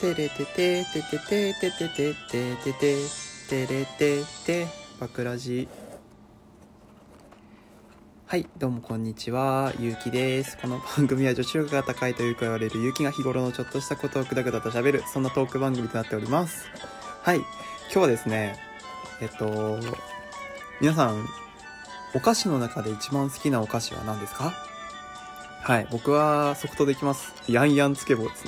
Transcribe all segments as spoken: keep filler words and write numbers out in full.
テレテテテテテテテテテテテテレテテバクラジ。はい、どうもこんにちは、ゆうきです。この番組は女子力が高いとよく言われるゆうきが日頃のちょっとしたことをくだくだと喋る、そんなトーク番組となっております。はい、今日はですね、えっと皆さんお菓子の中で一番好きなお菓子は何ですか？はい、僕は即答できます。ヤンヤンつけ棒ですね。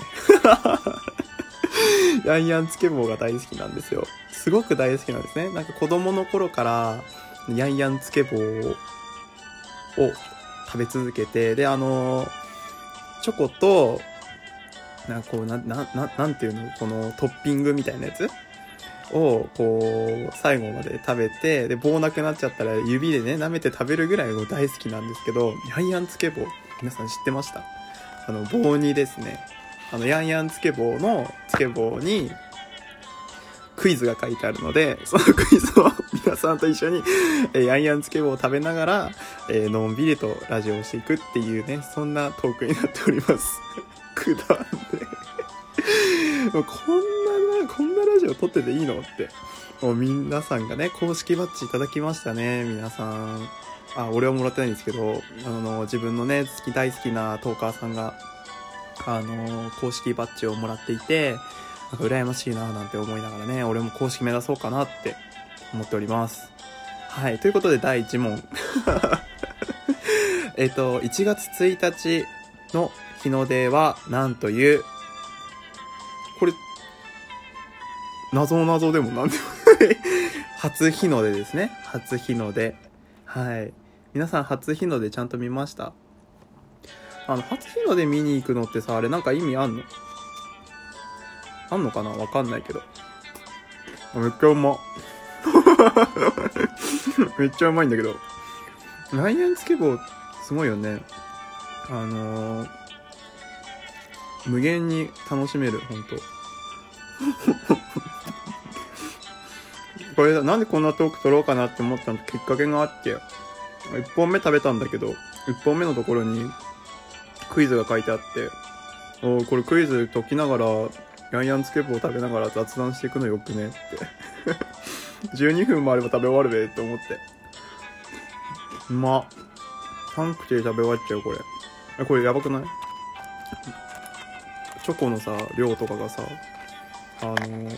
ヤンヤンつけ棒が大好きなんですよ。すごく大好きなんですね。なんか子供の頃からヤンヤンつけ棒を食べ続けて、であのチョコとなんかこうななななんていうの、このトッピングみたいなやつをこう最後まで食べて、で棒なくなっちゃったら指でね舐めて食べるぐらいの大好きなんですけど、ヤンヤンつけ棒皆さん知ってました？あの棒にですね、あのヤンヤンつけ棒のつけ棒にクイズが書いてあるので、そのクイズを皆さんと一緒に、えー、ヤンヤンつけ棒を食べながら、えー、のんびりとラジオをしていくっていうね、そんなトークになっております。くだんでもうこんなこんなラジオ撮ってていいのって、もう皆さんがね公式バッジいただきましたね。皆さん、あ、俺はもらってないんですけど、あの自分のね好き大好きなトーカーさんがあの公式バッジをもらっていて、なんか羨ましいななんて思いながらね、俺も公式目指そうかなって思っております。はい、ということでだいいち問えっといちがつついたちの日の出は何という、これ謎謎でもなんでもない初日の出ですね。初日の出。はい、皆さん初日の出ちゃんと見ました？あの初日の出見に行くのってさ、あれなんか意味あんのあんのかな、わかんないけど、めっちゃうまめっちゃうまいんだけど、ヤンヤンつけ棒すごいよね。あのー、無限に楽しめる、ほんとこれなんでこんなトーク撮ろうかなって思ったのきっかけがあって、いっぽんめ食べたんだけど、いっぽんめのところにクイズが書いてあって、おーこれクイズ解きながらヤンヤンつけ棒を食べながら雑談していくのよくねってじゅうにふんもあれば食べ終わるべって思って、うまっ、さん口で食べ終わっちゃう。これえこれやばくない？チョコのさ量とかがさ、あのー、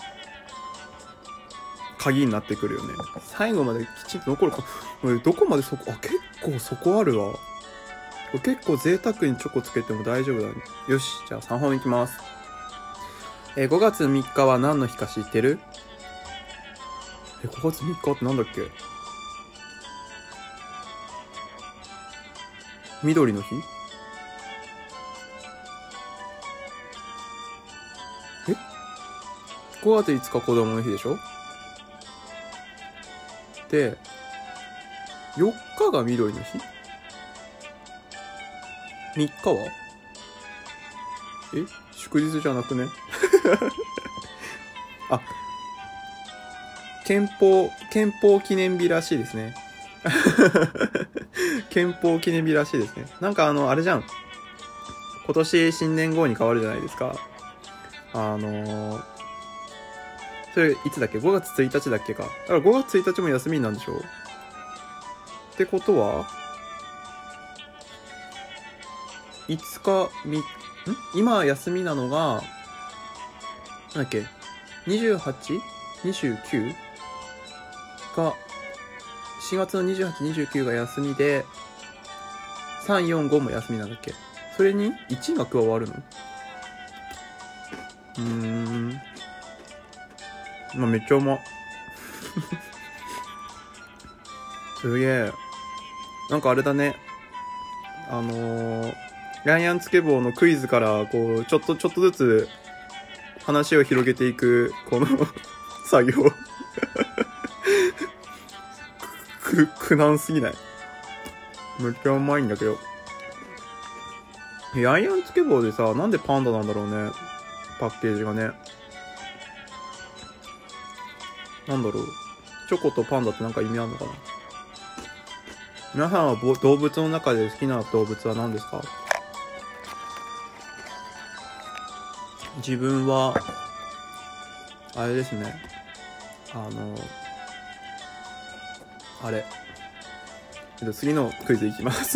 鍵になってくるよね。最後まできちんと残るか。どこまでそこ、あ、結構そこあるわ。これ結構贅沢にチョコつけても大丈夫だね。よし、じゃあさんほんいきます。えー、ごがつみっかは何の日か知ってる？え、ごがつみっかってなんだっけ？緑の日？え？ ご 月いつか子供の日でしょ？で、よっかが緑の日？ みっ 日は？え？祝日じゃなくね？あ、憲法、憲法記念日らしいですね。憲法記念日らしいですね。なんかあの、あれじゃん。今年新年号に変わるじゃないですか。あのー、それいつだっけ？ ご 月ついたちだっけか。だからごがつついたちも休みなんでしょ？ってことはいつかみ、ん今休みなのがなんだっけ にじゅうはち？にじゅうきゅう？ がしがつのにじゅうはち、にじゅうきゅうが休みでさん、よん、ごも休みなんだっけ？それにいちが加わるの？うーん、まあ、めっちゃうま。すげえ。なんかあれだね。あのー、ヤンヤンつけ棒のクイズからこうちょっとちょっとずつ話を広げていくこの作業く苦難すぎない？めっちゃうまいんだけど。ヤンヤンつけ棒でさ、なんでパンダなんだろうね、パッケージがね。なんだろう、チョコとパンダってなんか意味あるのかな。皆さんは動物の中で好きな動物は何ですか？ 自分はあれですね、あのあれ次のクイズいきます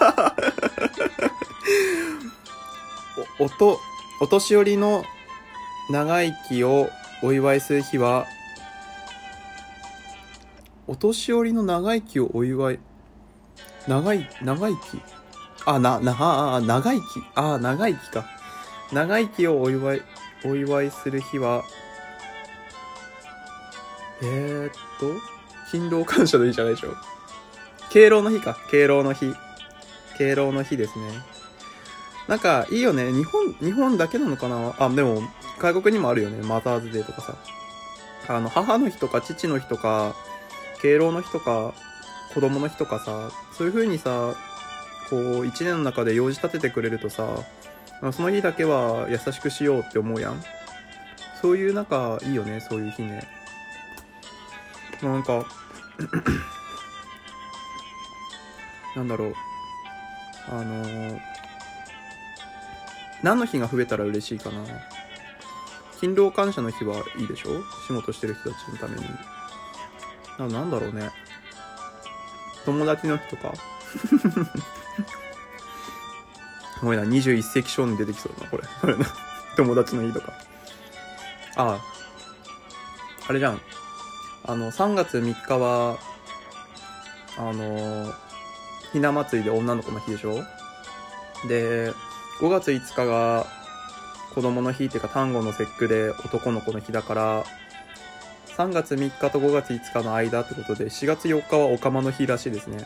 おおとお年寄りの長生きをお祝いする日は、お年寄りの長生きをお祝い、長い長生きあななあ長生きあ長生きか長生きをお祝いお祝いする日は、えーっと勤労感謝の日じゃないでしょ。敬老の日か。敬老の日敬老の日ですね。なんかいいよね。日本日本だけなのかなあ。でも外国にもあるよね。マザーズデーとかさ、あの母の日とか父の日とか敬老の日とか子供の日とかさ、そういう風にさ、こう一年の中で用事立ててくれるとさ、その日だけは優しくしようって思うやん。そういうなんかいいよね、そういう日ね。なんかなんだろう、あのー、何の日が増えたら嬉しいかな。勤労感謝の日はいいでしょ、仕事してる人たちのために。な、なんだろうね、友達の日とかすごいな、にじゅういっ世紀少年出てきそうだなこれ友達の日とか。あああれじゃん、あのさんがつみっかはあのー、ひな祭りで女の子の日でしょ。でごがついつかが子供の日っていうか端午の節句で男の子の日だから、さんがつみっかとごがついつかの間ってことでしがつよっかはおかまの日らしいですね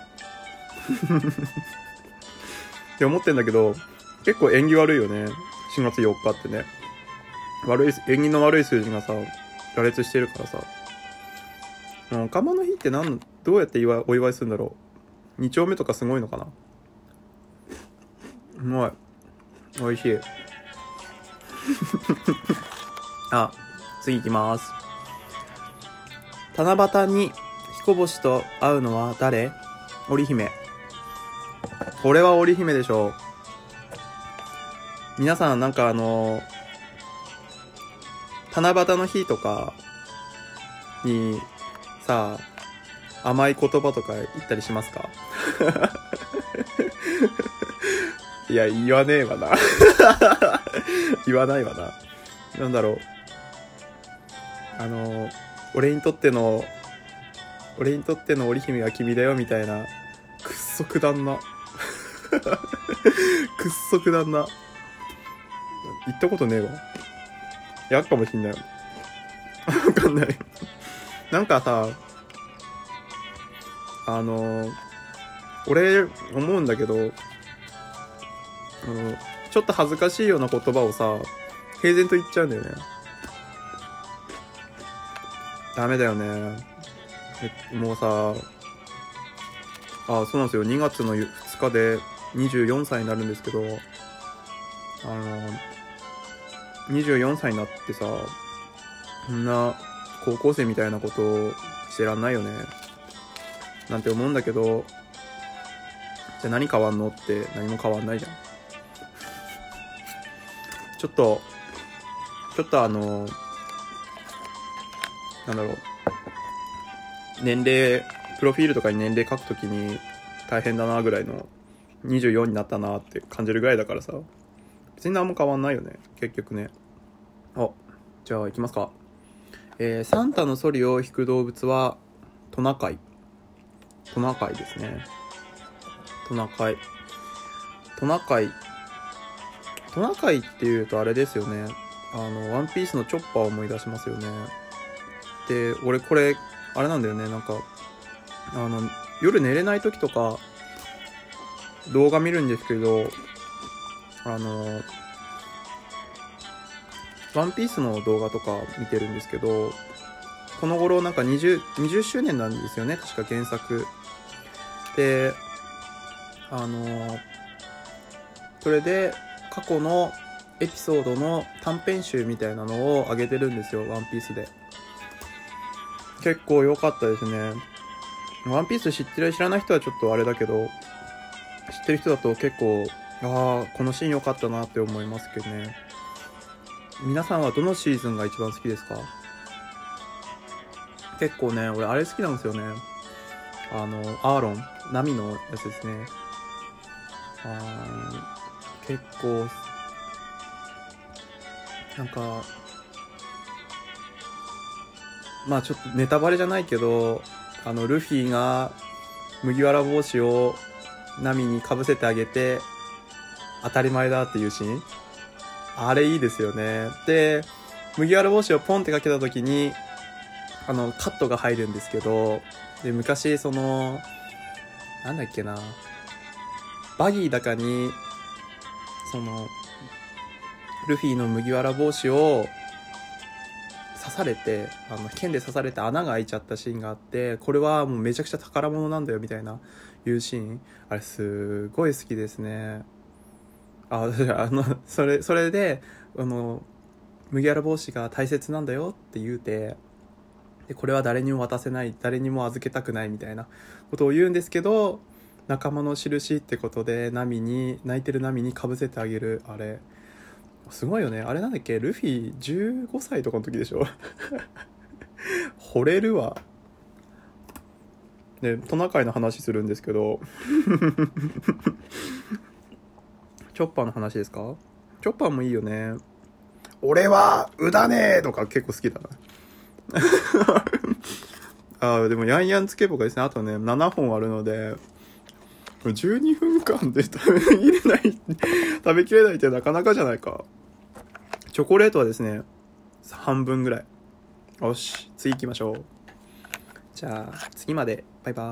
って思ってんだけど、結構縁起悪いよね、しがつよっかってね。悪い縁起の悪い数字がさ羅列してるからさ。おかまの日ってなんどうやって祝いお祝いするんだろう。に丁目とかすごいのかな。うまい、おいしいあ、次行きます。七夕に彦星と会うのは誰？織姫。これは織姫でしょう。皆さんなんかあの七夕の日とかにさあ、甘い言葉とか言ったりしますかいや言わねえわな言わないわな。なんだろう、あの俺にとっての俺にとっての織姫は君だよみたいな、くっそくだんなくっそくだんな。言ったことねえわ。やっかもしんないわかんないなんかさ、あの俺思うんだけど、あのちょっと恥ずかしいような言葉をさ平然と言っちゃうんだよね。ダメだよね。もうさ、あ、そうなんですよ、にがつのふつかでにじゅうよんさいになるんですけど、あのにじゅうよんさいになってさ、そんな高校生みたいなことをしてらんないよねなんて思うんだけど、じゃあ何変わんのって何も変わんないじゃん。ちょっとちょっとあのなんだろう、年齢プロフィールとかに年齢書くときに大変だなぐらいのにじゅうよんになったなって感じるぐらいだからさ、別に何も変わんないよね結局ね。あ、じゃあ行きますか。えー、サンタのソリを引く動物はトナカイ。トナカイですね。トナカイトナカイトナカイっていうとあれですよね、あのワンピースのチョッパーを思い出しますよね。で俺これあれなんだよね、なんかあの夜寝れない時とか動画見るんですけど、あのワンピースの動画とか見てるんですけど、この頃なんか 20, 20周年なんですよね確か原作で。あのそれで過去のエピソードの短編集みたいなのを上げてるんですよ、ワンピースで。結構良かったですね。ワンピース知ってる知らない人はちょっとあれだけど、知ってる人だと結構、ああこのシーン良かったなって思いますけどね。 皆さんはどのシーズンが一番好きですか？結構ね、俺あれ好きなんですよね。あの、アーロン、ナミのやつですね。あ結構、なんか、まあちょっとネタバレじゃないけど、あの、ルフィが麦わら帽子をナミに被せてあげて、当たり前だっていうシーン。あれいいですよね。で、麦わら帽子をポンってかけた時に、あの、カットが入るんですけど、で、昔、その、なんだっけな、バギーだかに、その、ルフィの麦わら帽子を刺されて、あの、剣で刺されて穴が開いちゃったシーンがあって、これはもうめちゃくちゃ宝物なんだよみたいな、いうシーン。あれ、すごい好きですね。あ、あの、それ、それで、あの、麦わら帽子が大切なんだよって言うて、で、これは誰にも渡せない、誰にも預けたくないみたいなことを言うんですけど、仲間の印ってことで、ナミに、泣いてるナミに被せてあげる、あれ。すごいよね。あれなんだっけ、ルフィじゅうごさいとかの時でしょ惚れるわ。で、トナカイの話するんですけど、チョッパーの話ですか？チョッパーもいいよね。俺は、うだねーとか結構好きだな。あ、でもヤンヤンつけ棒がですね、あとね、ななほんあるので、じゅうにふんかんで食べきれない、食べきれないってなかなかじゃないか。チョコレートはですね、半分ぐらい。よし、次行きましょう。じゃあ、次まで。バイバイ。